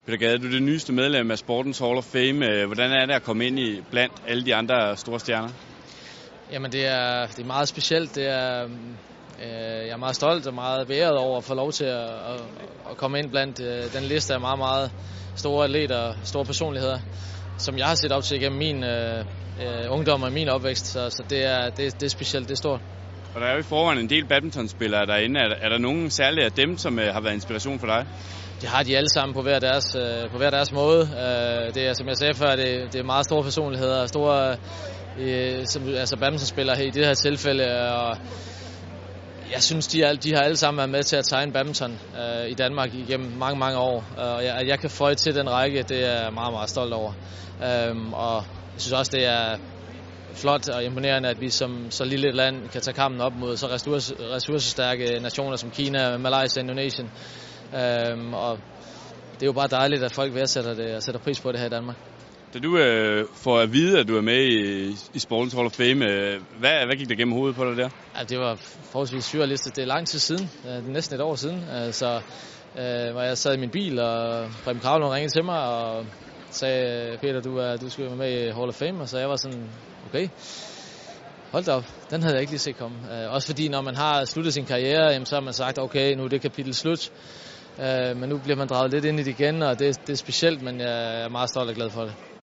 Peter Gade, du er det nyeste medlem af Sportens Hall of Fame. Hvordan er det at komme ind i blandt alle de andre store stjerner? Jamen det er meget specielt. Jeg er meget stolt og meget beæret over at få lov til at komme ind blandt den liste af meget, meget store atleter og store personligheder, som jeg har set op til igennem min ungdom og min opvækst. Så det er specielt, det er stort. Og der er jo i forvejen en del badmintonspillere derinde. Er der nogen særlige af dem, som har været inspiration for dig? Det har de alle sammen på hver deres måde. Det er, som jeg sagde før, det er meget store personligheder, store badmintonspillere i det her tilfælde. Og jeg synes, de har alle sammen været med til at tegne badminton i Danmark igennem mange, mange år. Og jeg kan føje til den række, det er jeg meget, meget stolt over. Og jeg synes også, det er flot og imponerende, at vi som så lille et land kan tage kampen op mod så ressourcestærke nationer som Kina, Malaysia, Indonesien. Og det er jo bare dejligt, at folk værdsætter det og sætter pris på det her i Danmark. Da du får at vide, at du er med i Sportens Hall of Fame, hvad gik der gennem hovedet på dig der? Ja, det var forholdsvis surrealistisk. Det er lang tid siden, næsten et år siden. Hvor jeg sad i min bil, og Preben Kravlund ringede til mig og sagde, Peter, du skal være med i Hall of Fame. Og så jeg var sådan, okay, hold da op, den havde jeg ikke lige set komme. Også fordi, når man har sluttet sin karriere, så har man sagt, okay, nu er det kapitel slut. Men nu bliver man draget lidt ind i det igen, og det er specielt, men jeg er meget stolt og glad for det.